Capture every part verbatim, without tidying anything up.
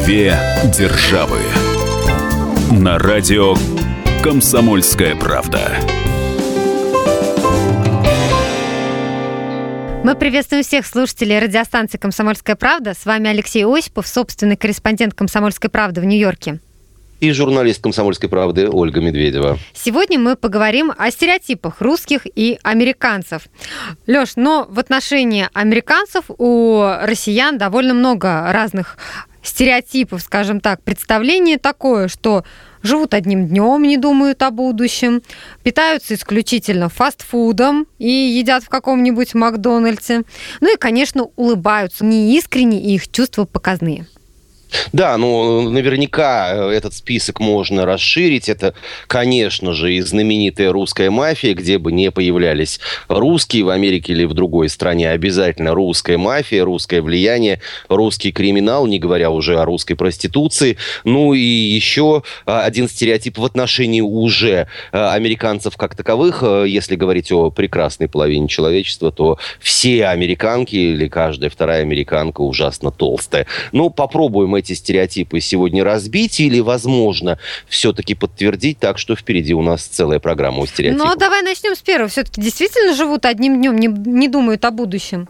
Две державы. На радио «Комсомольская правда». Мы приветствуем всех слушателей радиостанции «Комсомольская правда». С вами Алексей Осипов, собственный корреспондент «Комсомольской правды» в Нью-Йорке. И журналист «Комсомольской правды» Ольга Медведева. Сегодня мы поговорим о стереотипах русских и американцев. Лёш, но в отношении американцев у россиян довольно много разных стереотипов, скажем так. Представление такое, что живут одним днем, не думают о будущем, питаются исключительно фастфудом и едят в каком-нибудь Макдональдсе. Ну и, конечно, улыбаются неискренне, и их чувства показные. Да, ну, наверняка этот список можно расширить. Это, конечно же, и знаменитая русская мафия, где бы не появлялись русские в Америке или в другой стране, обязательно русская мафия, русское влияние, русский криминал, не говоря уже о русской проституции. Ну и еще один стереотип в отношении уже американцев как таковых. Если говорить о прекрасной половине человечества, то все американки или каждая вторая американка ужасно толстая. Ну, попробуем эти эти стереотипы сегодня разбить или, возможно, все-таки подтвердить, так что впереди у нас целая программа у стереотипов. Ну, давай начнем с первого. Все-таки действительно живут одним днем, не, не думают о будущем?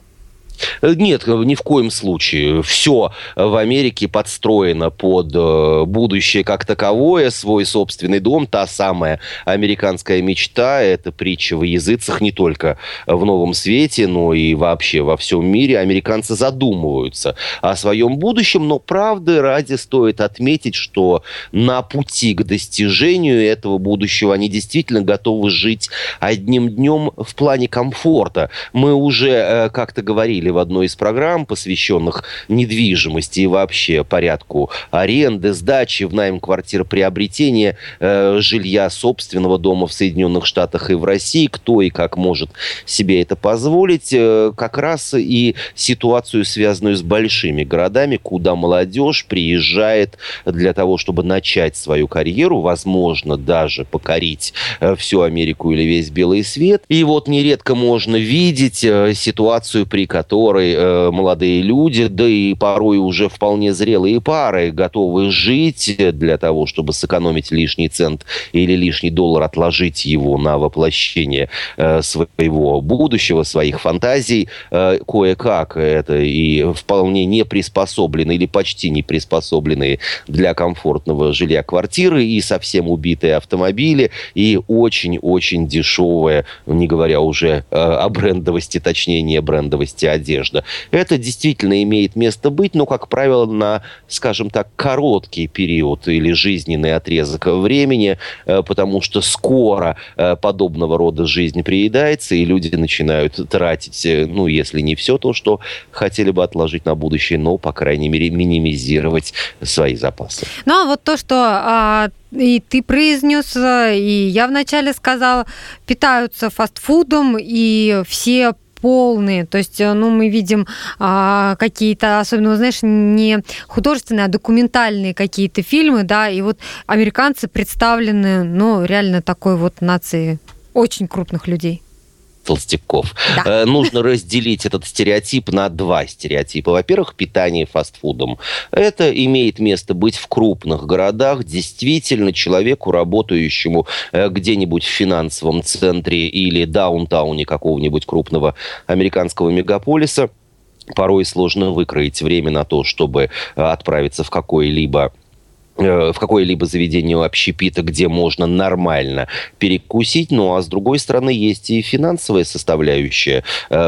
Нет, ни в коем случае. Все в Америке подстроено под будущее как таковое, свой собственный дом, та самая американская мечта. Это притча во языцах не только в Новом Свете, но и вообще во всем мире. Американцы задумываются о своем будущем, но правды ради стоит отметить, что на пути к достижению этого будущего они действительно готовы жить одним днем в плане комфорта. Мы уже как-то говорили в одной из программ, посвященных недвижимости и вообще порядку аренды, сдачи в найм квартир, приобретения э, жилья собственного дома в Соединенных Штатах и в России, кто и как может себе это позволить, э, как раз и ситуацию, связанную с большими городами, куда молодежь приезжает для того, чтобы начать свою карьеру, возможно, даже покорить э, всю Америку или весь белый свет. И вот нередко можно видеть э, ситуацию, при которой которой э, молодые люди, да и порой уже вполне зрелые пары, готовы жить для того, чтобы сэкономить лишний цент или лишний доллар, отложить его на воплощение э, своего будущего, своих фантазий. Э, кое-как это и вполне не приспособленные или почти не приспособленные для комфортного жилья квартиры, и совсем убитые автомобили, и очень-очень дешевые, не говоря уже э, о брендовости, точнее не брендовости одежды. Одежда. Это действительно имеет место быть, но, как правило, на, скажем так, короткий период или жизненный отрезок времени, потому что скоро подобного рода жизнь приедается, и люди начинают тратить, ну, если не все то, что хотели бы отложить на будущее, но, по крайней мере, минимизировать свои запасы. Ну, а вот то, что... А... И ты произнес, и я вначале сказала, питаются фастфудом, и все полные. То есть, ну, мы видим а, какие-то, особенно, знаешь, не художественные, а документальные какие-то фильмы, да, и вот американцы представлены, ну, реально такой вот нацией очень крупных людей. Толстяков. Да. Э, нужно разделить этот стереотип на два стереотипа. Во-первых, питание фастфудом. Это имеет место быть в крупных городах. Действительно, человеку, работающему э, где-нибудь в финансовом центре или даунтауне какого-нибудь крупного американского мегаполиса, порой сложно выкроить время на то, чтобы э, отправиться в какой-либо в какое-либо заведение общепита, где можно нормально перекусить. Ну, а с другой стороны, есть и финансовая составляющая.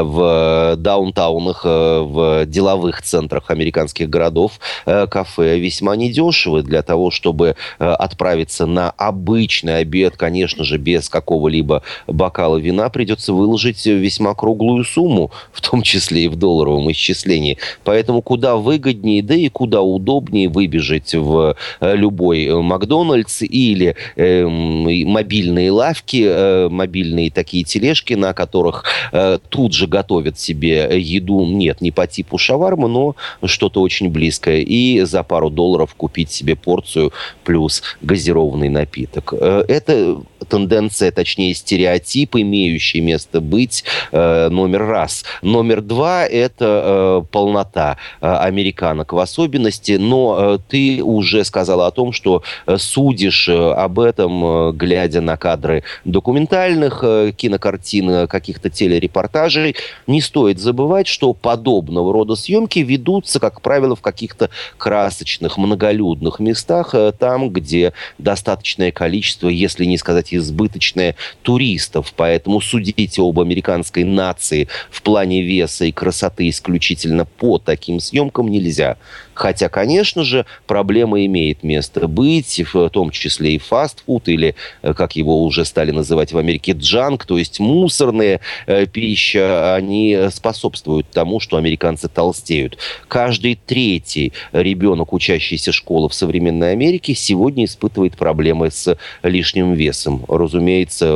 В даунтаунах, в деловых центрах американских городов кафе весьма недешевы. Для того, чтобы отправиться на обычный обед, конечно же, без какого-либо бокала вина, придется выложить весьма круглую сумму, в том числе и в долларовом исчислении. Поэтому куда выгоднее, да и куда удобнее выбежать в любой Макдональдс или э, мобильные лавки, э, мобильные такие тележки, на которых э, тут же готовят себе еду, нет, не по типу шавармы, но что-то очень близкое, и за пару долларов купить себе порцию плюс газированный напиток. Э, это тенденция, точнее, стереотип, имеющий место быть, э, номер раз. Номер два – это э, полнота э, американок в особенности, но э, ты уже сказала о том, что э, судишь э, об этом, э, глядя на кадры документальных э, кинокартин, э, каких-то телерепортажей. Не стоит забывать, что подобного рода съемки ведутся, как правило, в каких-то красочных, многолюдных местах, э, там, где достаточное количество, если не сказать избыточное, туристов. Поэтому судить об американской нации в плане веса и красоты исключительно по таким съемкам нельзя. Хотя, конечно же, проблема имеет место быть, в том числе и фастфуд, или, как его уже стали называть в Америке, джанк, то есть мусорная э, пища, они способствуют тому, что американцы толстеют. Каждый третий ребенок, учащийся школы в современной Америке, сегодня испытывает проблемы с лишним весом. Разумеется,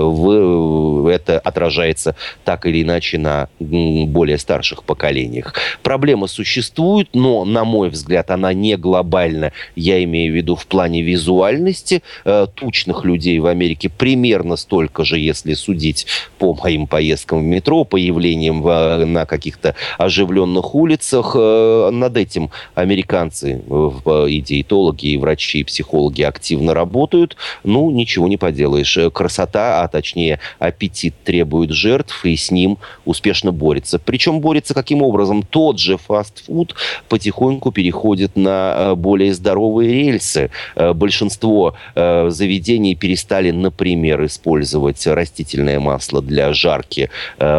в, это отражается так или иначе на более старших поколениях. Проблема существует, но, на мой взгляд, она не глобальна. Я имею в виду в плане визуальности. Э, тучных людей в Америке примерно столько же, если судить по моим поездкам в метро, появлением в, на каких-то оживленных улицах. Э, над этим американцы, э, и диетологи, и врачи, и психологи активно работают. Ну, ничего не поделаешь. Красота, а точнее аппетит требует жертв, и с ним успешно борется. Причем борется каким образом? Тот же фастфуд потихоньку переходит на более здоровые рельсы. Большинство заведений перестали, например, использовать растительное масло для жарки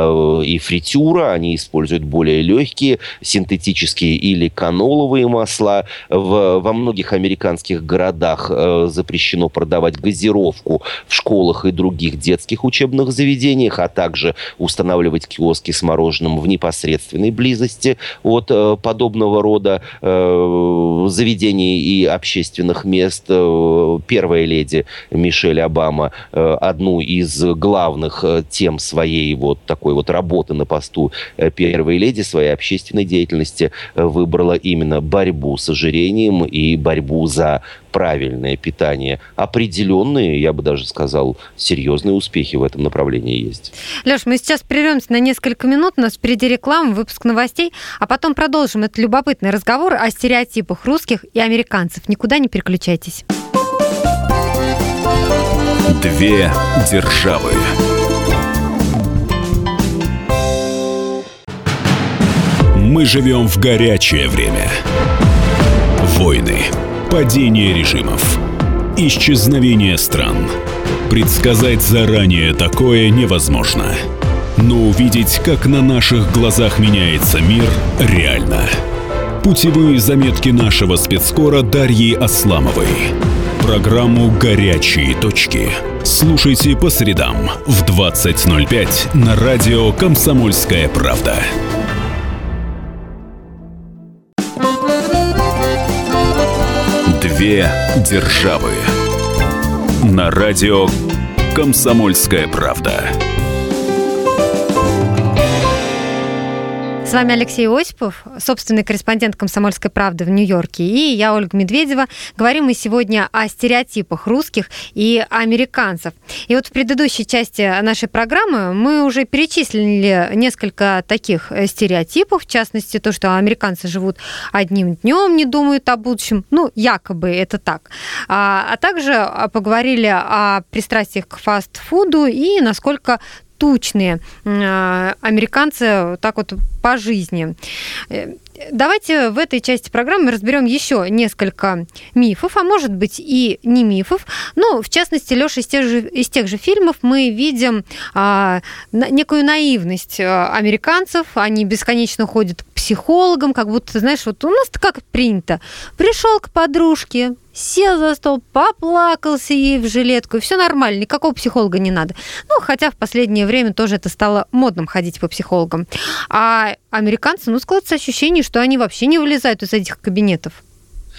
и фритюра. Они используют более легкие, синтетические или каноловые масла. В, во многих американских городах запрещено продавать газировку в школах и других детских учебных заведениях, а также устанавливать киоски с мороженым в непосредственной близости от подобного рода заведений и общественных мест. Первая леди Мишель Обама одну из главных тем своей вот такой вот работы на посту первой леди, своей общественной деятельности выбрала именно борьбу с ожирением и борьбу за правильное питание. Определенные, я бы даже сказал, серьезные успехи в этом направлении есть. Леш, мы сейчас прервемся на несколько минут, у нас впереди реклама, выпуск новостей, а потом продолжим этот любопытный разговор о стереотипах русских и американцев. Никуда не переключайтесь. Две державы. Мы живем в горячее время. Войны, падение режимов, исчезновение стран. Предсказать заранее такое невозможно. Но увидеть, как на наших глазах меняется мир, реально. Путевые заметки нашего спецкора Дарьи Асламовой. Программу «Горячие точки» слушайте по средам в двадцать ноль пять на радио «Комсомольская правда». Две державы. На радио «Комсомольская правда». С вами Алексей Осипов, собственный корреспондент «Комсомольской правды» в Нью-Йорке, и я, Ольга Медведева. Говорим мы сегодня о стереотипах русских и американцев. И вот в предыдущей части нашей программы мы уже перечислили несколько таких стереотипов, в частности, то, что американцы живут одним днем, не думают о будущем, ну, якобы это так. А, а также поговорили о пристрастиях к фастфуду и насколько тучные американцы так вот по жизни. Давайте в этой части программы разберем еще несколько мифов, а может быть и не мифов. Ну, в частности, Леша, из тех же, из тех же фильмов мы видим а, некую наивность американцев. Они бесконечно ходят к психологам, как будто, знаешь, вот у нас-то как принято. Пришел к подружке, сел за стол, поплакался ей в жилетку, и все нормально, никакого психолога не надо. Ну, хотя в последнее время тоже это стало модным ходить по психологам. А американцы, ну, складывается ощущение, что они вообще не вылезают из этих кабинетов.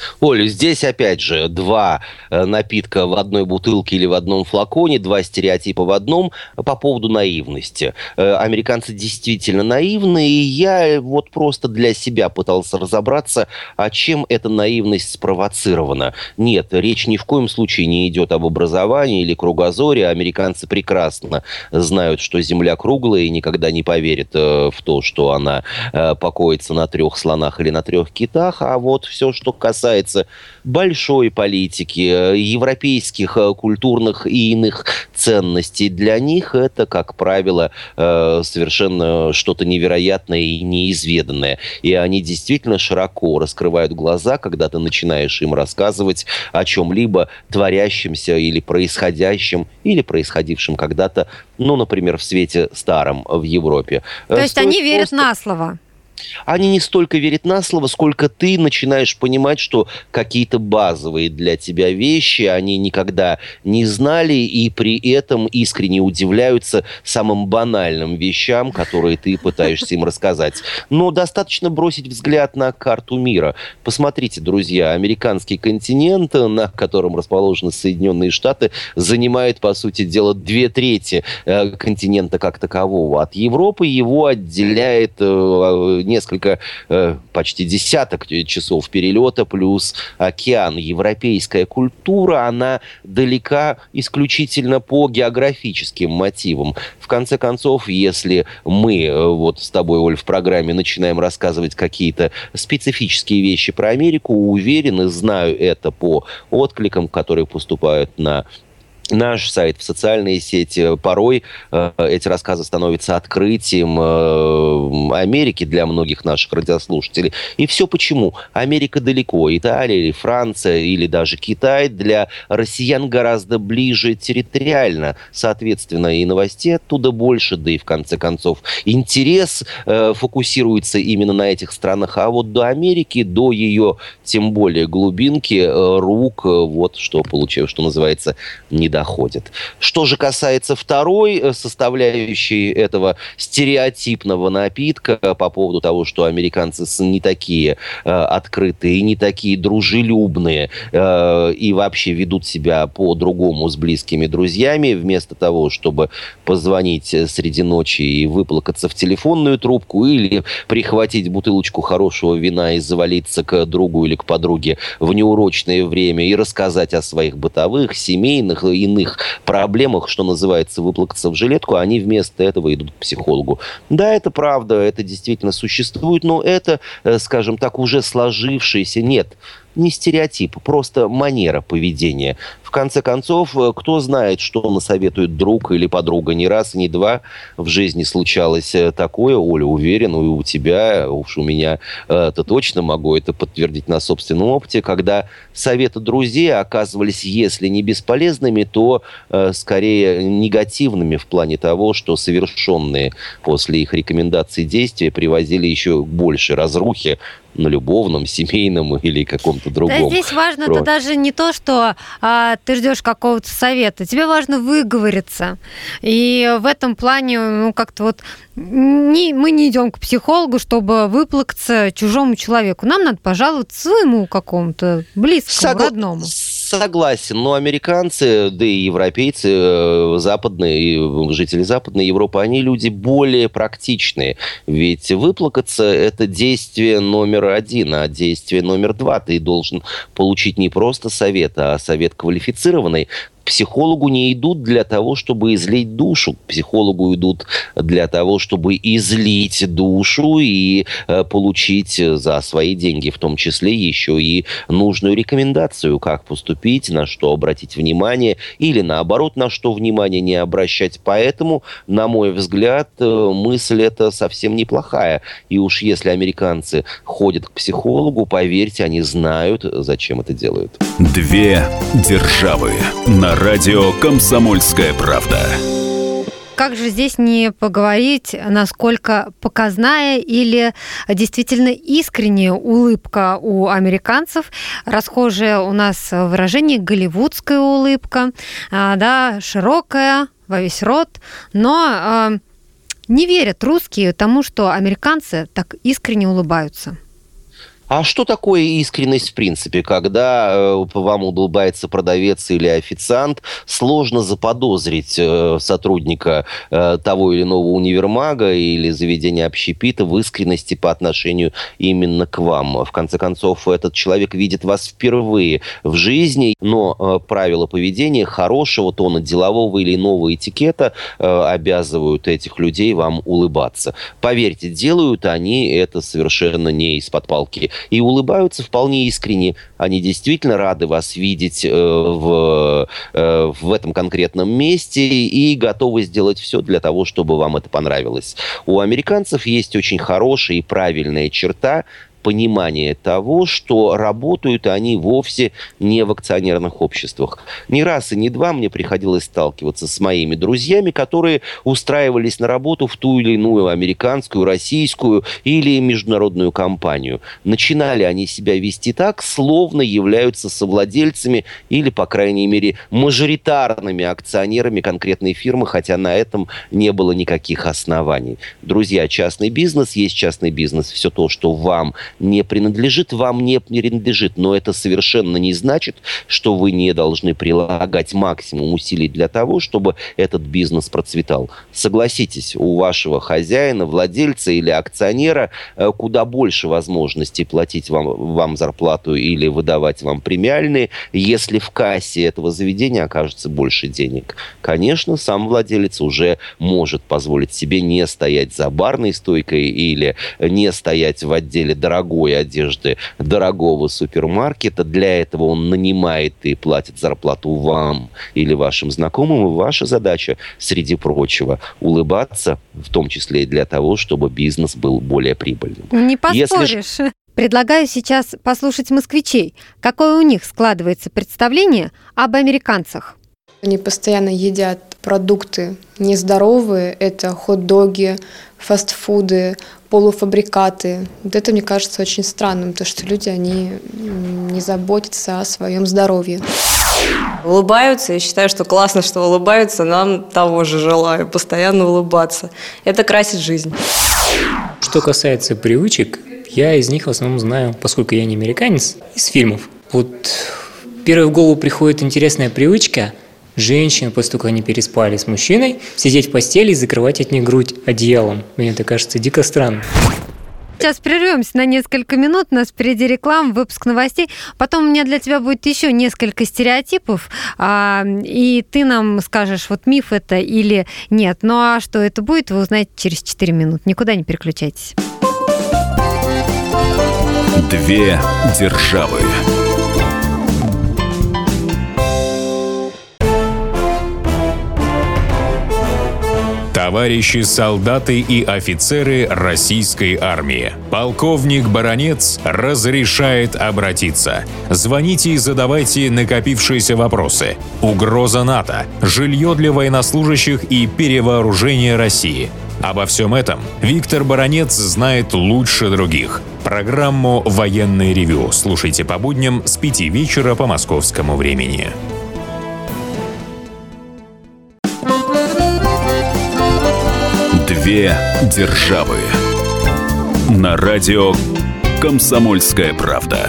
Оля, здесь опять же два напитка в одной бутылке или в одном флаконе, два стереотипа в одном по поводу наивности. Американцы действительно наивны, и я вот просто для себя пытался разобраться, а чем эта наивность спровоцирована. Нет, речь ни в коем случае не идет об образовании или кругозоре. Американцы прекрасно знают, что Земля круглая, и никогда не поверят в то, что она покоится на трех слонах или на трех китах. А вот все, что касается большой политики, европейских культурных и иных ценностей, для них это, как правило, совершенно что-то невероятное и неизведанное. И они действительно широко раскрывают глаза, когда ты начинаешь им рассказывать о чем-либо творящемся или происходящем, или происходившем когда-то, ну, например, в свете старом в Европе. То есть Стоит они верят просто... на слово? Они не столько верят на слово, сколько ты начинаешь понимать, что какие-то базовые для тебя вещи они никогда не знали, и при этом искренне удивляются самым банальным вещам, которые ты пытаешься им рассказать. Но достаточно бросить взгляд на карту мира. Посмотрите, друзья, американский континент, на котором расположены Соединенные Штаты, занимает, по сути дела, две трети континента как такового. От Европы его отделяет несколько, почти десяток часов перелета плюс океан. Европейская культура, она далека исключительно по географическим мотивам. В конце концов, если мы вот с тобой, Оль, в программе начинаем рассказывать какие-то специфические вещи про Америку, уверен и знаю это по откликам, которые поступают на наш сайт, в социальные сети, порой э, эти рассказы становятся открытием э, Америки для многих наших радиослушателей. И все почему? Америка далеко. Италия или Франция или даже Китай для россиян гораздо ближе территориально. Соответственно, и новостей оттуда больше, да и в конце концов интерес э, фокусируется именно на этих странах. А вот до Америки, до ее, тем более, глубинки, э, рук, э, вот что получилось, что называется, не доходит. Что же касается второй составляющей этого стереотипного напитка по поводу того, что американцы не такие э, открытые, не такие дружелюбные э, и вообще ведут себя по-другому с близкими друзьями, вместо того, чтобы позвонить среди ночи и выплакаться в телефонную трубку или прихватить бутылочку хорошего вина и завалиться к другу или к подруге в неурочное время и рассказать о своих бытовых, семейных и иных проблемах, что называется, выплакаться в жилетку, они вместо этого идут к психологу. Да, это правда, это действительно существует, но это, скажем так, уже сложившееся, нет, не стереотип, просто манера поведения. В конце концов, кто знает, что насоветует друг или подруга. Ни раз, ни два в жизни случалось такое, Оля, уверен, и у тебя, уж у меня, это точно могу это подтвердить на собственном опыте, когда советы друзей оказывались, если не бесполезными, то э, скорее негативными в плане того, что совершенные после их рекомендаций действия привозили еще к большей разрухе на любовном, семейном или каком-то другом. Да, здесь важно это даже не то, что а, ты ждешь какого-то совета. Тебе важно выговориться. И в этом плане, ну, как-то вот не, мы не идем к психологу, чтобы выплакаться чужому человеку. Нам надо пожаловаться своему какому-то близкому, Согла... родному. Согласен, но американцы, да и европейцы, западные, жители Западной Европы, они люди более практичные. Ведь выплакаться – это действие номер один, а действие номер два. Ты должен получить не просто совет, а совет квалифицированный. К психологу не идут для того, чтобы излить душу. К психологу идут для того, чтобы излить душу и э, получить за свои деньги, в том числе еще и нужную рекомендацию, как поступить, на что обратить внимание, или наоборот, на что внимание не обращать. Поэтому, на мой взгляд, э, мысль эта совсем неплохая. И уж если американцы ходят к психологу, поверьте, они знают, зачем это делают. Две державы на радио «Комсомольская правда». Как же здесь не поговорить, насколько показная или действительно искренняя улыбка у американцев, расхожее у нас выражение голливудская улыбка, да, широкая, во весь рот, но не верят русские тому, что американцы так искренне улыбаются. А что такое искренность в принципе? Когда э, вам улыбается продавец или официант, сложно заподозрить э, сотрудника э, того или иного универмага или заведения общепита в искренности по отношению именно к вам. В конце концов, этот человек видит вас впервые в жизни, но э, правила поведения, хорошего тона, делового или иного этикета э, обязывают этих людей вам улыбаться. Поверьте, делают они это совершенно не из-под палки. И улыбаются вполне искренне. Они действительно рады вас видеть э, в, э, в этом конкретном месте и готовы сделать все для того, чтобы вам это понравилось. У американцев есть очень хорошая и правильная черта — понимание того, что работают они вовсе не в акционерных обществах. Не раз и не два мне приходилось сталкиваться с моими друзьями, которые устраивались на работу в ту или иную американскую, российскую или международную компанию. Начинали они себя вести так, словно являются совладельцами или, по крайней мере, мажоритарными акционерами конкретной фирмы, хотя на этом не было никаких оснований. Друзья, частный бизнес есть частный бизнес. Все то, что вам не принадлежит, вам не принадлежит. Но это совершенно не значит, что вы не должны прилагать максимум усилий для того, чтобы этот бизнес процветал. Согласитесь, у вашего хозяина, владельца или акционера куда больше возможностей платить вам, вам зарплату или выдавать вам премиальные, если в кассе этого заведения окажется больше денег. Конечно, сам владелец уже может позволить себе не стоять за барной стойкой или не стоять в отделе дорогой одежды дорогого супермаркета. Для этого он нанимает и платит зарплату вам или вашим знакомым. И ваша задача, среди прочего, улыбаться, в том числе и для того, чтобы бизнес был более прибыльным. Не поспоришь. Если... Предлагаю сейчас послушать москвичей. Какое у них складывается представление об американцах? Они постоянно едят продукты нездоровые. Это хот-доги, фастфуды, полуфабрикаты. Вот это, мне кажется, очень странным, то, что люди, они не заботятся о своем здоровье. Улыбаются. Я считаю, что классно, что улыбаются. Нам того же желаю, постоянно улыбаться. Это красит жизнь. Что касается привычек, я из них в основном знаю, поскольку я не американец, из фильмов. Вот первой в голову приходит интересная привычка женщин, после того, как они переспали с мужчиной, сидеть в постели и закрывать от них грудь одеялом. Мне это кажется дико странным. Сейчас прервемся на несколько минут, у нас впереди реклама, выпуск новостей. Потом у меня для тебя будет еще несколько стереотипов, а, и ты нам скажешь, вот миф это или нет. Ну а что это будет, вы узнаете через четыре минуты. Никуда не переключайтесь. Две державы. Товарищи солдаты и офицеры российской армии. Полковник Баранец разрешает обратиться. Звоните и задавайте накопившиеся вопросы. Угроза НАТО, жилье для военнослужащих и перевооружение России. Обо всем этом Виктор Баранец знает лучше других. Программу «Военное ревю» слушайте по будням с пяти вечера по московскому времени. Две державы. На радио «Комсомольская правда».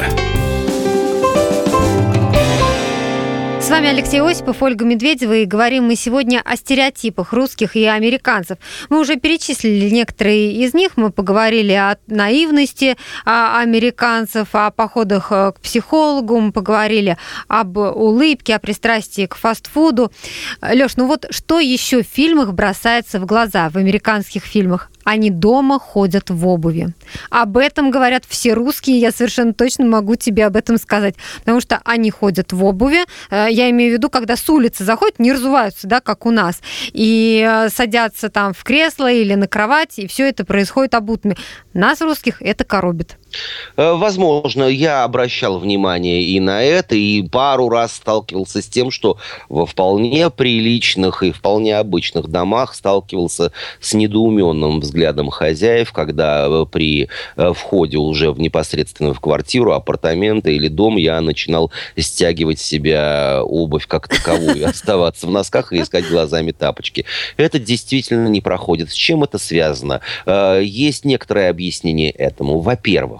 С вами Алексей Осипов, Ольга Медведева, и говорим мы сегодня о стереотипах русских и американцев. Мы уже перечислили некоторые из них, мы поговорили о наивности американцев, о походах к психологу, мы поговорили об улыбке, о пристрастии к фастфуду. Лёш, ну вот что еще в фильмах бросается в глаза, в американских фильмах? Они дома ходят в обуви. Об этом говорят все русские, я совершенно точно могу тебе об этом сказать, потому что они ходят в обуви, я имею в виду, когда с улицы заходят, не разуваются, да, как у нас, и садятся там в кресло или на кровать, и все это происходит обутыми. Нас, русских, это коробит. Возможно, я обращал внимание и на это, и пару раз сталкивался с тем, что во вполне приличных и вполне обычных домах сталкивался с недоуменным взглядом хозяев, когда при входе уже в непосредственно в квартиру, апартаменты или дом я начинал стягивать с себя обувь как таковую, оставаться в носках и искать глазами тапочки. Это действительно не проходит. С чем это связано? Есть некоторое объяснение этому. Во-первых,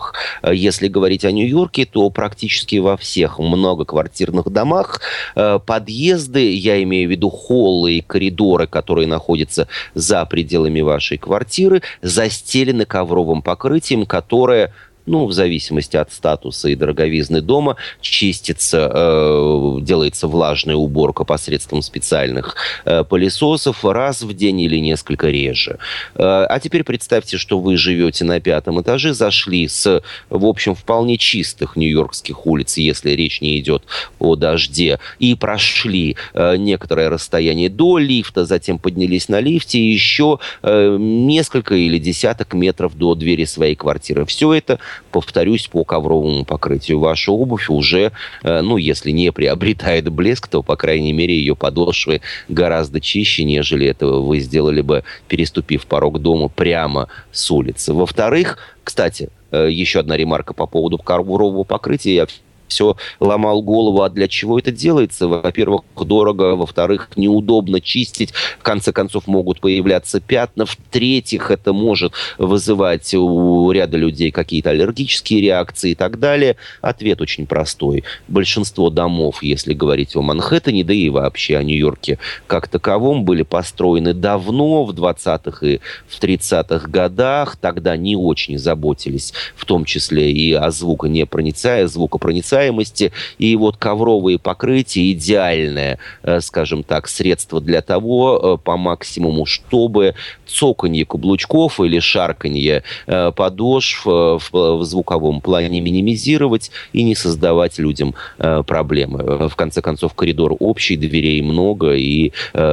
домах. Если говорить о Нью-Йорке, то практически во всех многоквартирных домах подъезды, я имею в виду холлы и коридоры, которые находятся за пределами вашей квартиры, застелены ковровым покрытием, которое, ну, в зависимости от статуса и дороговизны дома, чистится, э, делается влажная уборка посредством специальных э, пылесосов раз в день или несколько реже. Э, а теперь представьте, что вы живете на пятом этаже, зашли с, в общем, вполне чистых нью-йоркских улиц, если речь не идет о дожде, и прошли э, некоторое расстояние до лифта, затем поднялись на лифте и еще э, несколько или десяток метров до двери своей квартиры. Все это, повторюсь, по ковровому покрытию. Ваша обувь уже, ну, если не приобретает блеск, то, по крайней мере, ее подошвы гораздо чище, нежели этого вы сделали бы, переступив порог дома прямо с улицы. Во-вторых, кстати, еще одна ремарка по поводу коврового покрытия. Я все ломал голову, а для чего это делается? Во-первых, дорого, во-вторых, неудобно чистить, в конце концов могут появляться пятна, в-третьих, это может вызывать у ряда людей какие-то аллергические реакции и так далее. Ответ очень простой. Большинство домов, если говорить о Манхэттене, да и вообще о Нью-Йорке как таковом, были построены давно, в двадцатых и в тридцатых годах, тогда не очень заботились, в том числе и о звуконепроницаемости, звукопроницаемости. И вот ковровые покрытия идеальное, скажем так, средство для того, по максимуму, чтобы цоканье каблучков или шарканье подошв в звуковом плане минимизировать и не создавать людям проблемы. В конце концов, коридор общий, дверей много, и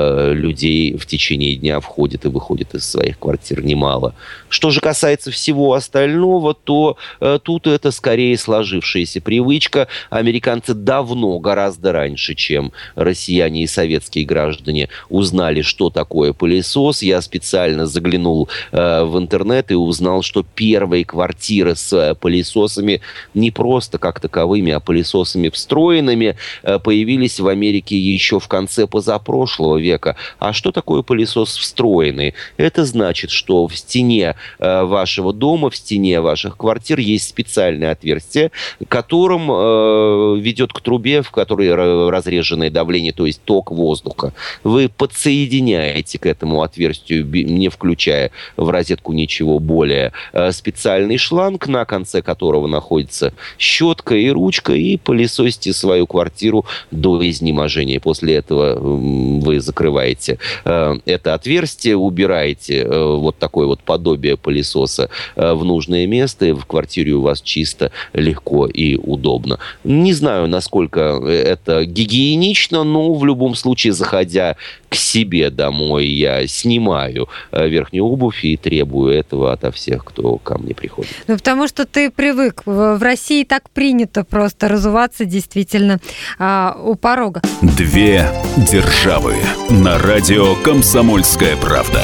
людей в течение дня входит и выходит из своих квартир немало. Что же касается всего остального, то тут это скорее сложившаяся привычка. Американцы давно, гораздо раньше, чем россияне и советские граждане, узнали, что такое пылесос. Я специально заглянул э, в интернет и узнал, что первые квартиры с э, пылесосами не просто как таковыми, а пылесосами встроенными э, появились в Америке еще в конце позапрошлого века. А что такое пылесос встроенный? Это значит, что в стене э, вашего дома, в стене ваших квартир есть специальное отверстие, которым ведет к трубе, в которой разреженное давление, то есть ток воздуха. Вы подсоединяете к этому отверстию, не включая в розетку ничего более, специальный шланг, на конце которого находится щетка и ручка, и пылесосите свою квартиру до изнеможения. После этого вы закрываете это отверстие, убираете вот такое вот подобие пылесоса в нужное место, и в квартире у вас чисто, легко и удобно. Не знаю, насколько это гигиенично, но в любом случае, заходя к себе домой, я снимаю верхнюю обувь и требую этого ото всех, кто ко мне приходит. Ну, потому что ты привык. В России так принято просто разуваться действительно а, у порога. Две державы на радио «Комсомольская правда».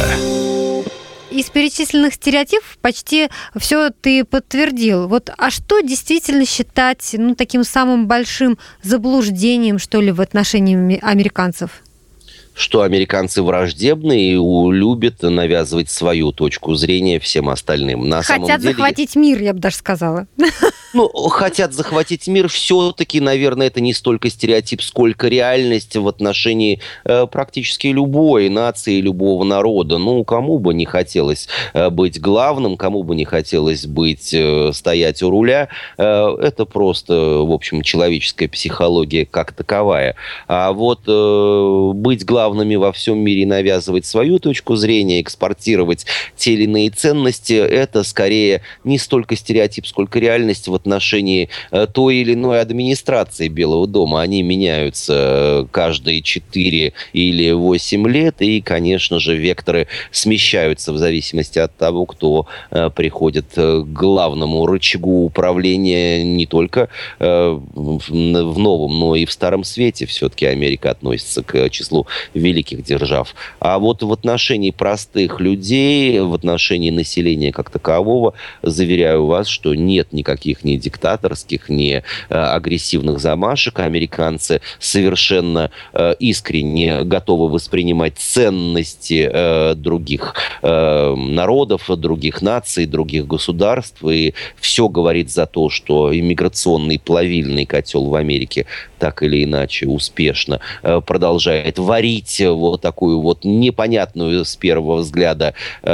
Из перечисленных стереотипов почти все ты подтвердил. Вот, а что действительно считать, ну, таким самым большим заблуждением, что ли, в отношении американцев? Что американцы враждебны и любят навязывать свою точку зрения всем остальным. На хотят самом деле, захватить мир, я бы даже сказала. Ну, хотят захватить мир, все-таки, наверное, это не столько стереотип, сколько реальность в отношении э, практически любой нации, любого народа. Ну, кому бы не хотелось э, быть главным, кому бы не хотелось быть, э, стоять у руля. Э, это просто, в общем, человеческая психология как таковая. А вот э, быть главным во всем мире, навязывать свою точку зрения, экспортировать те или иные ценности, это скорее не столько стереотип, сколько реальность в отношении той или иной администрации Белого дома. Они меняются каждые четыре или восемь лет, и, конечно же, векторы смещаются в зависимости от того, кто приходит к главному рычагу управления не только в новом, но и в Старом Свете. Все-таки Америка относится к числу великих держав. А вот в отношении простых людей, в отношении населения как такового, заверяю вас, что нет никаких ни диктаторских, ни агрессивных замашек. Американцы совершенно искренне готовы воспринимать ценности других народов, других наций, других государств. И все говорит за то, что иммиграционный плавильный котел в Америке так или иначе успешно продолжает варить вот такую вот непонятную с первого взгляда,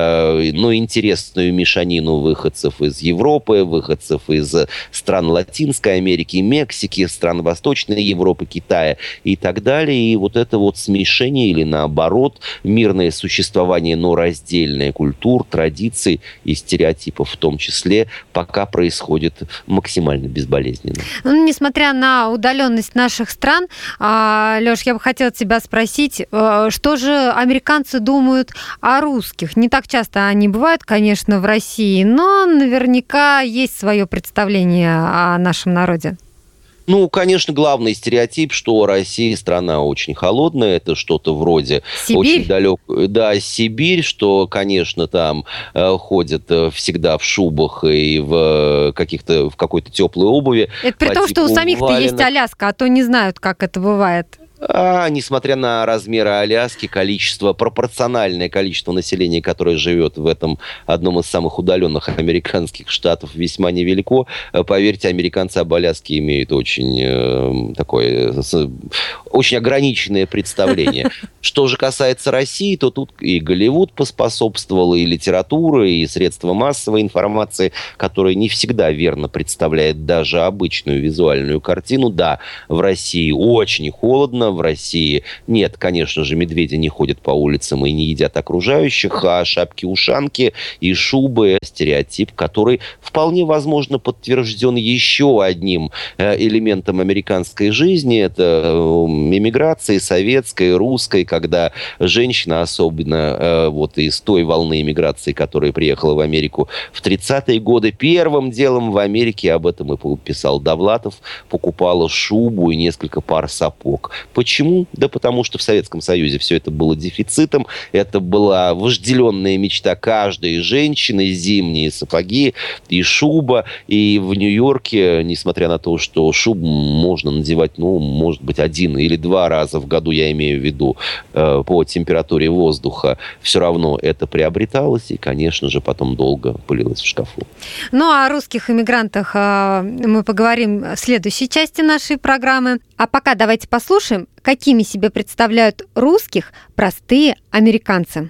но интересную мешанину выходцев из Европы, выходцев из стран Латинской Америки, Мексики, стран Восточной Европы, Китая и так далее. И вот это вот смешение или наоборот мирное существование, но раздельное культур, традиций и стереотипов в том числе пока происходит максимально безболезненно. Ну, несмотря на удаленность наших стран, Лёш, я бы хотела тебя спросить, что же американцы думают о русских? Не так часто они бывают, конечно, в России, но наверняка есть свое представление о нашем народе. Ну, конечно, главный стереотип, что Россия страна очень холодная, это что-то вроде Сибирь? Очень далек, да, Сибирь, что, конечно, там э, ходят всегда в шубах и в каких-то в какой-то теплой обуви. Это при том, что у самих-то валенок. есть Аляска, а то не знают, как это бывает. А, несмотря на размеры Аляски, количество, пропорциональное количество населения, которое живет в этом одном из самых удаленных американских штатов, весьма невелико. Поверьте, американцы об Аляске имеют очень э, такое, очень ограниченное представление. Что же касается России, то тут и Голливуд поспособствовал, и литература, и средства массовой информации, которые не всегда верно представляют даже обычную визуальную картину. Да, в России очень холодно, в России нет, конечно же, медведи не ходят по улицам и не едят окружающих, а шапки-ушанки и шубы – стереотип, который вполне возможно подтвержден еще одним элементом американской жизни. Это эмиграции советской, русской, когда женщина, особенно вот из той волны эмиграции, которая приехала в Америку в тридцатые годы, первым делом в Америке, об этом и писал Довлатов, покупала шубу и несколько пар сапог. Почему? Да потому что в Советском Союзе все это было дефицитом. Это была вожделенная мечта каждой женщины. Зимние сапоги и шуба. И в Нью-Йорке, несмотря на то, что шубу можно надевать, ну, может быть, один или два раза в году, я имею в виду, э, по температуре воздуха, все равно это приобреталось. И, конечно же, потом долго пылилось в шкафу. Ну, о русских иммигрантах э, мы поговорим в следующей части нашей программы. А пока давайте послушаем, какими себя представляют русских простые американцы.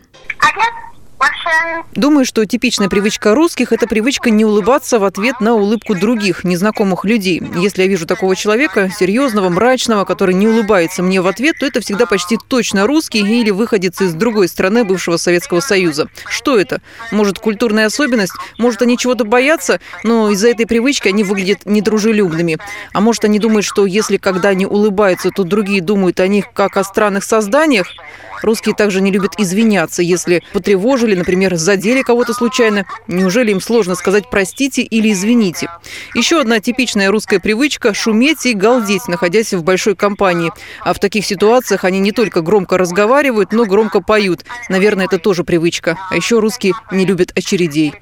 Думаю, что типичная привычка русских – это привычка не улыбаться в ответ на улыбку других, незнакомых людей. Если я вижу такого человека, серьезного, мрачного, который не улыбается мне в ответ, то это всегда почти точно русский или выходец из другой страны бывшего Советского Союза. Что это? Может, культурная особенность? Может, они чего-то боятся, но из-за этой привычки они выглядят недружелюбными. А может, они думают, что если когда они улыбаются, то другие думают о них как о странных созданиях? Русские также не любят извиняться, если потревожили, например, задели кого-то случайно. Неужели им сложно сказать «простите» или «извините»? Еще одна типичная русская привычка – шуметь и галдеть, находясь в большой компании. А в таких ситуациях они не только громко разговаривают, но громко поют. Наверное, это тоже привычка. А еще русские не любят очередей.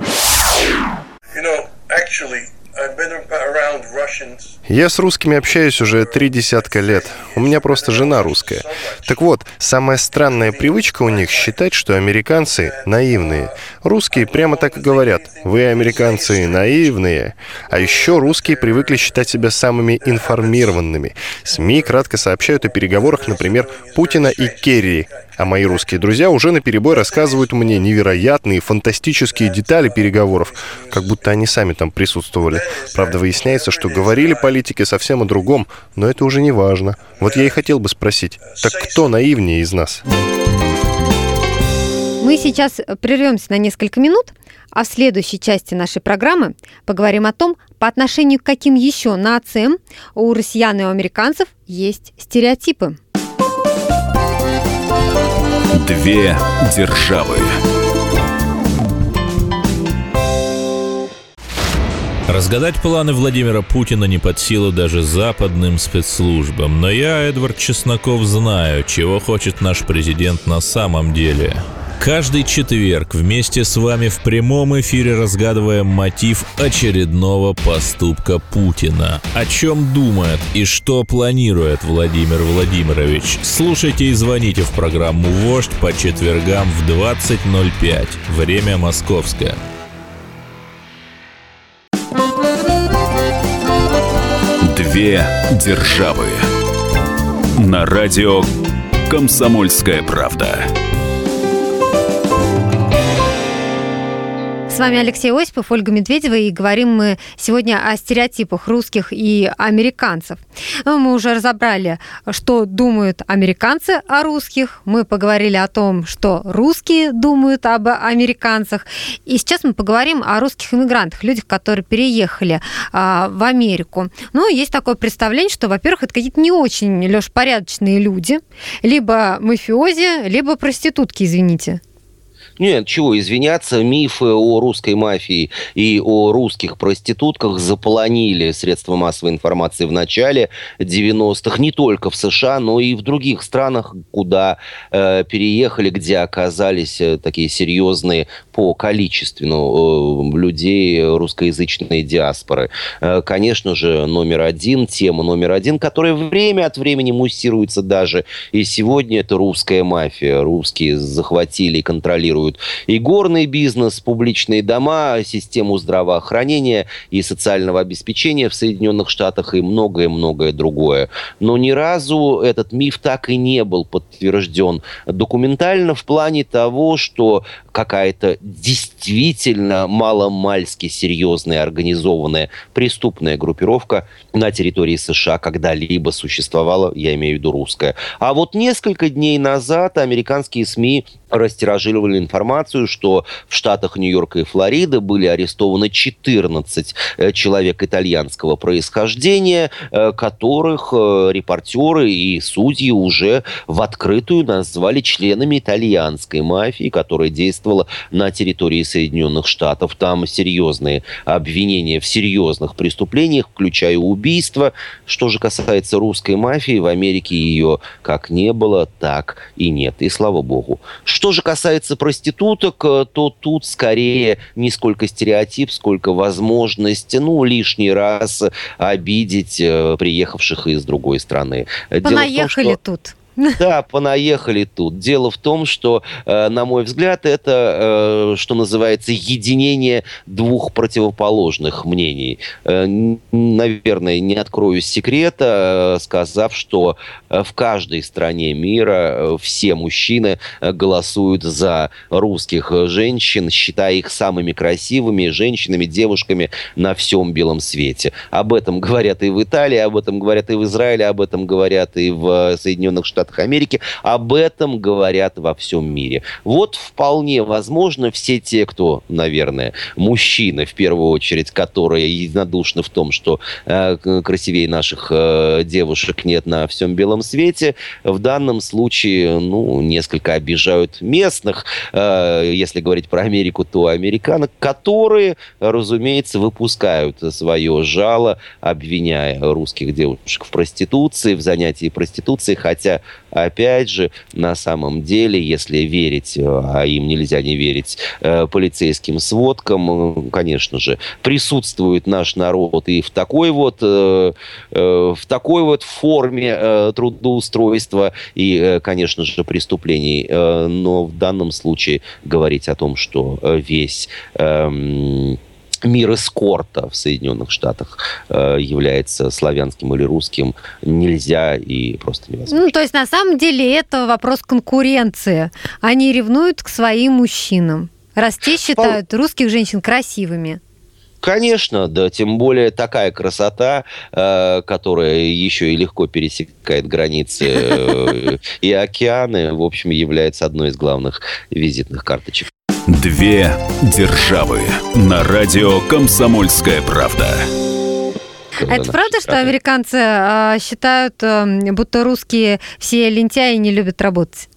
Я с русскими общаюсь уже три десятка лет. У меня просто жена русская. Так вот, самая странная привычка у них считать, что американцы наивные. Русские прямо так и говорят. Вы, американцы, наивные. А еще русские привыкли считать себя самыми информированными. СМИ кратко сообщают о переговорах, например, Путина и Керри. А мои русские друзья уже наперебой рассказывают мне невероятные, фантастические детали переговоров, как будто они сами там присутствовали. Правда, выясняется, что говорили политики совсем о другом, но это уже не важно. Вот я и хотел бы спросить, так кто наивнее из нас? Мы сейчас прервемся на несколько минут, а в следующей части нашей программы поговорим о том, по отношению к каким еще нациям у россиян и у американцев есть стереотипы. Две державы. Разгадать планы Владимира Путина не под силу даже западным спецслужбам. Но я, Эдвард Чесноков, знаю, чего хочет наш президент на самом деле. Каждый четверг вместе с вами в прямом эфире разгадываем мотив очередного поступка Путина. О чем думает и что планирует Владимир Владимирович? Слушайте и звоните в программу «Вождь» по четвергам в двадцать ноль пять. Время московское. Две державы. На радио «Комсомольская правда». С вами Алексей Осипов, Ольга Медведева, и говорим мы сегодня о стереотипах русских и американцев. Мы уже разобрали, что думают американцы о русских, мы поговорили о том, что русские думают об американцах, и сейчас мы поговорим о русских иммигрантах, людях, которые переехали а, в Америку. Ну, есть такое представление, что, во-первых, это какие-то не очень, Лёш, порядочные люди, либо мафиози, либо проститутки, извините. Нет, чего извиняться, мифы о русской мафии и о русских проститутках заполонили средства массовой информации в начале девяностых, не только в США, но и в других странах, куда э, переехали, где оказались э, такие серьезные по количеству э, людей русскоязычной диаспоры. Э, конечно же, номер один, тема номер один, которая время от времени муссируется даже и сегодня, это русская мафия. Русские захватили и контролируют и горный бизнес, публичные дома, систему здравоохранения и социального обеспечения в Соединенных Штатах и многое-многое другое. Но ни разу этот миф так и не был подтвержден документально в плане того, что какая-то действительно маломальски серьезная организованная преступная группировка на территории США когда-либо существовала, я имею в виду русская. А вот несколько дней назад американские СМИ растиражировали информацию, что в штатах Нью-Йорка и Флориды были арестованы четырнадцать человек итальянского происхождения, которых репортеры и судьи уже в открытую назвали членами итальянской мафии, которая действовала на территории Соединенных Штатов. Там серьезные обвинения в серьезных преступлениях, включая убийство. Что же касается русской мафии, в Америке ее как не было, так и нет. И слава богу. Что же касается проституток, то тут скорее не сколько стереотип, сколько возможность, ну, лишний раз обидеть приехавших из другой страны. Понаехали Дело в том, что... тут. Да, понаехали тут. Дело в том, что, э, на мой взгляд, это, э, что называется, единение двух противоположных мнений. Э, наверное, не открою секрета, э, сказав, что э, в каждой стране мира э, все мужчины э, голосуют за русских женщин, считая их самыми красивыми женщинами, девушками на всем белом свете. Об этом говорят и в Италии, об этом говорят и в Израиле, об этом говорят и в Соединенных Штатах Америки, об этом говорят во всем мире. Вот вполне возможно, все те, кто, наверное, мужчины, в первую очередь, которые единодушны в том, что э, красивее наших э, девушек нет на всем белом свете, в данном случае, ну, несколько обижают местных, э, если говорить про Америку, то американок, которые, разумеется, выпускают свое жало, обвиняя русских девушек в проституции, в занятии проституцией, хотя опять же, на самом деле, если верить, а им нельзя не верить, полицейским сводкам, конечно же, присутствует наш народ и в такой вот, в такой вот форме трудоустройства и, конечно же, преступлений. Но в данном случае говорить о том, что весь мир эскорта в Соединенных Штатах э, является славянским или русским, нельзя и просто невозможно. Ну, то есть, на самом деле, это вопрос конкуренции. Они ревнуют к своим мужчинам, раз те считают Пол... русских женщин красивыми. Конечно, да, тем более такая красота, э, которая еще и легко пересекает границы э, и океаны, в общем, является одной из главных визитных карточек. Две державы на радио «Комсомольская правда». А это правда, что американцы э, считают, э, будто русские все лентяи и не любят работать?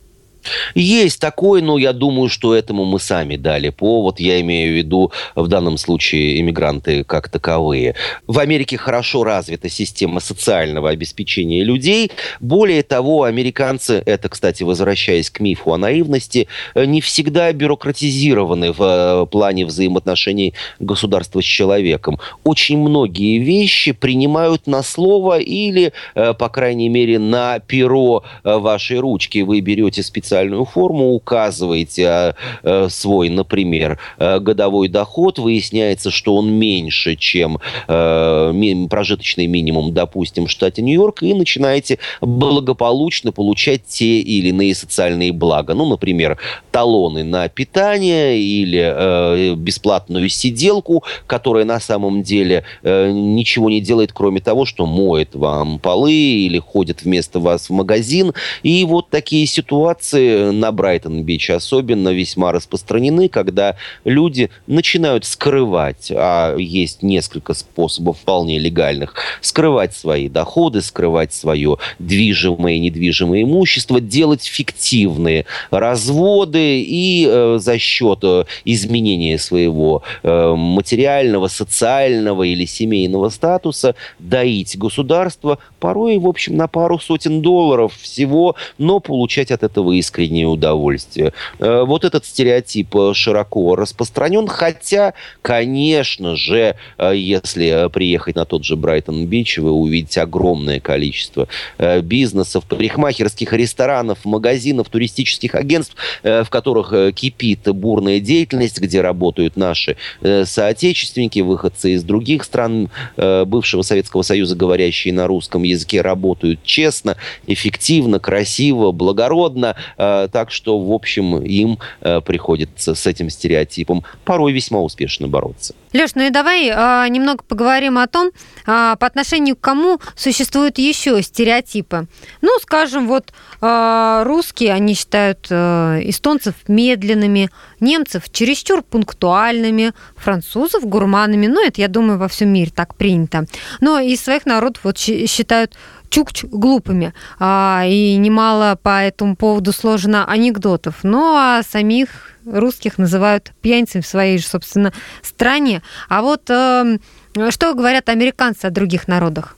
Есть такой, но я думаю, что этому мы сами дали повод. Я имею в виду в данном случае иммигранты как таковые. В Америке хорошо развита система социального обеспечения людей. Более того, американцы, это, кстати, возвращаясь к мифу о наивности, не всегда бюрократизированы в плане взаимоотношений государства с человеком. Очень многие вещи принимают на слово или, по крайней мере, на перо вашей ручки. Вы берете специальную форму, указываете э, свой, например, э, годовой доход, выясняется, что он меньше, чем э, ми- прожиточный минимум, допустим, в штате Нью-Йорк, и начинаете благополучно получать те или иные социальные блага. Ну, например, талоны на питание или э, бесплатную сиделку, которая на самом деле э, ничего не делает, кроме того, что моет вам полы или ходит вместо вас в магазин. И вот такие ситуации на Брайтон-Бич особенно весьма распространены, когда люди начинают скрывать, а есть несколько способов вполне легальных, скрывать свои доходы, скрывать свое движимое и недвижимое имущество, делать фиктивные разводы и э, за счет э, изменения своего э, материального, социального или семейного статуса доить государство, порой, в общем, на пару сотен долларов всего, но получать от этого искреннее удовольствие. Вот этот стереотип широко распространен, хотя, конечно же, если приехать на тот же Брайтон-Бич, вы увидите огромное количество бизнесов, парикмахерских, ресторанов, магазинов, туристических агентств, в которых кипит бурная деятельность, где работают наши соотечественники, выходцы из других стран бывшего Советского Союза, говорящие на русском языке, работают честно, эффективно, красиво, благородно. Так что, в общем, им э, приходится с этим стереотипом порой весьма успешно бороться. Лёш, ну и давай э, немного поговорим о том, э, по отношению к кому существуют еще стереотипы. Ну, скажем, вот э, русские, они считают э, эстонцев медленными, немцев чересчур пунктуальными, французов гурманами. Ну, это, я думаю, во всем мире так принято. Но из своих народов вот считают чукч глупыми. А, и немало по этому поводу сложено анекдотов. Ну, а самих русских называют пьяницами в своей же, собственно, стране. А вот э, что говорят американцы о других народах?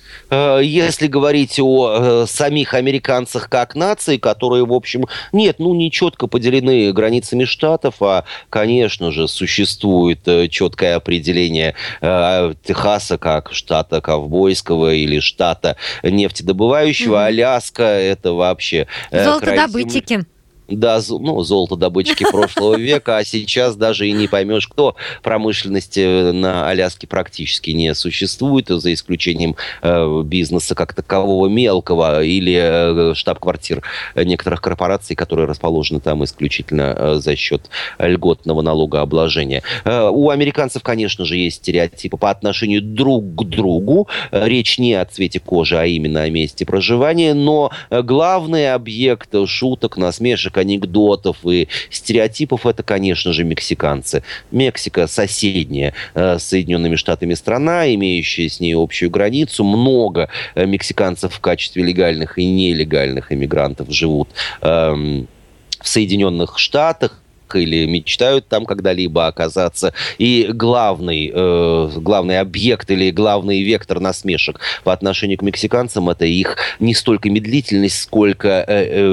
Если говорить о э, самих американцах как нации, которые, в общем, нет, ну, не четко поделены границами штатов, а, конечно же, существует э, четкое определение э, Техаса как штата ковбойского или штата нефтедобывающего. Mm-hmm. Аляска – это вообще э, золотодобытчики. Край... Да, ну, золотодобытчики прошлого века, а сейчас даже и не поймешь, кто. Промышленности на Аляске практически не существует, за исключением э, бизнеса как такового мелкого или э, штаб-квартир некоторых корпораций, которые расположены там исключительно э, за счет льготного налогообложения. Э, у американцев, конечно же, есть стереотипы по отношению друг к другу. Речь не о цвете кожи, а именно о месте проживания, но главный объект шуток, насмешек, анекдотов и стереотипов — это, конечно же, мексиканцы. Мексика — соседняя э, с Соединенными Штатами страна, имеющая с ней общую границу. Много э, мексиканцев в качестве легальных и нелегальных иммигрантов живут э, в Соединенных Штатах или мечтают там когда-либо оказаться. И главный, э, главный объект или главный вектор насмешек по отношению к мексиканцам — это их не столько медлительность, сколько э, э,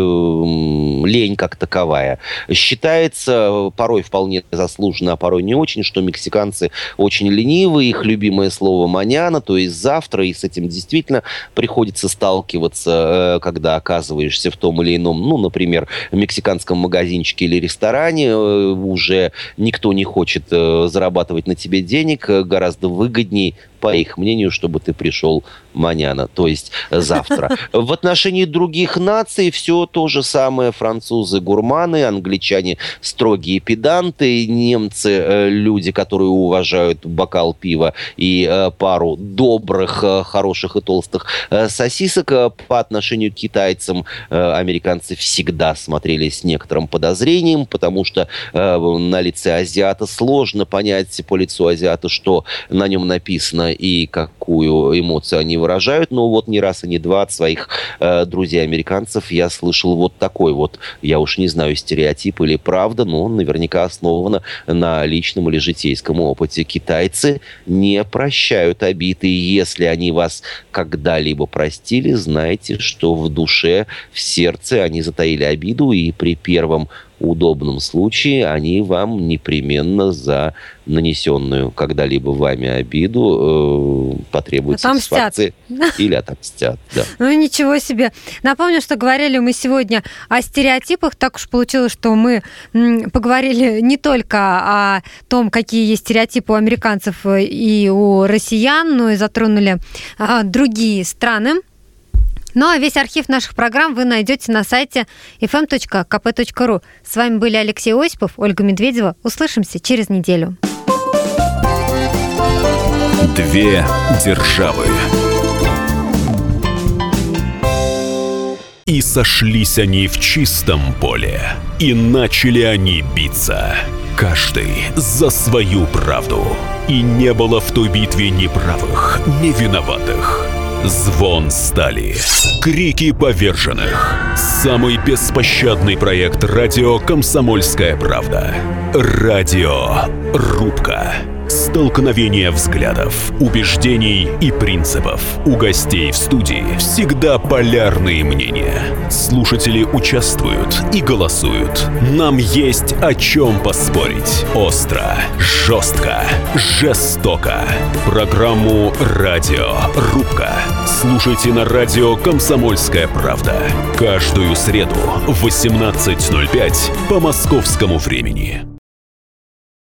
лень как таковая. Считается порой вполне заслуженно, а порой не очень, что мексиканцы очень ленивые, их любимое слово «маняна», то есть завтра, и с этим действительно приходится сталкиваться, э, когда оказываешься в том или ином, ну, например, мексиканском магазинчике или ресторане. Уже никто не хочет зарабатывать на тебе денег, гораздо выгодней, по их мнению, чтобы ты пришел маняна, то есть завтра. В отношении других наций все то же самое. Французы гурманы, англичане строгие педанты, немцы люди, которые уважают бокал пива и пару добрых, хороших и толстых сосисок. По отношению к китайцам американцы всегда смотрели с некоторым подозрением, потому что что э, на лице азиата сложно понять по лицу азиата, что на нем написано и какую эмоцию они выражают. Но вот не раз и не два от своих э, друзей-американцев я слышал вот такой вот, я уж не знаю, стереотип или правда, но он наверняка основан на личном или житейском опыте. Китайцы не прощают обид, и если они вас когда-либо простили, знайте, что в душе, в сердце они затаили обиду, и при первом удобном случае они вам непременно за нанесенную когда-либо вами обиду э, потребуют сатисфакции или отомстят. Да. Ну ничего себе. Напомню, что говорили мы сегодня о стереотипах. Так уж получилось, что мы м, поговорили не только о том, какие есть стереотипы у американцев и у россиян, но и затронули а, другие страны. Ну а весь архив наших программ вы найдете на сайте эф эм точка ка пэ точка ру. С вами были Алексей Осипов, Ольга Медведева. Услышимся через неделю. Две державы. И сошлись они в чистом поле, и начали они биться, каждый за свою правду. И не было в той битве ни правых, ни виноватых. Звон стали, крики поверженных. Самый беспощадный проект радио «Комсомольская правда». Радиорубка. Столкновение взглядов, убеждений и принципов. У гостей в студии всегда полярные мнения. Слушатели участвуют и голосуют. Нам есть о чем поспорить. Остро, жестко, жестоко. Программу «Радиорубка» слушайте на радио «Комсомольская правда». Каждую среду в восемнадцать ноль пять по московскому времени.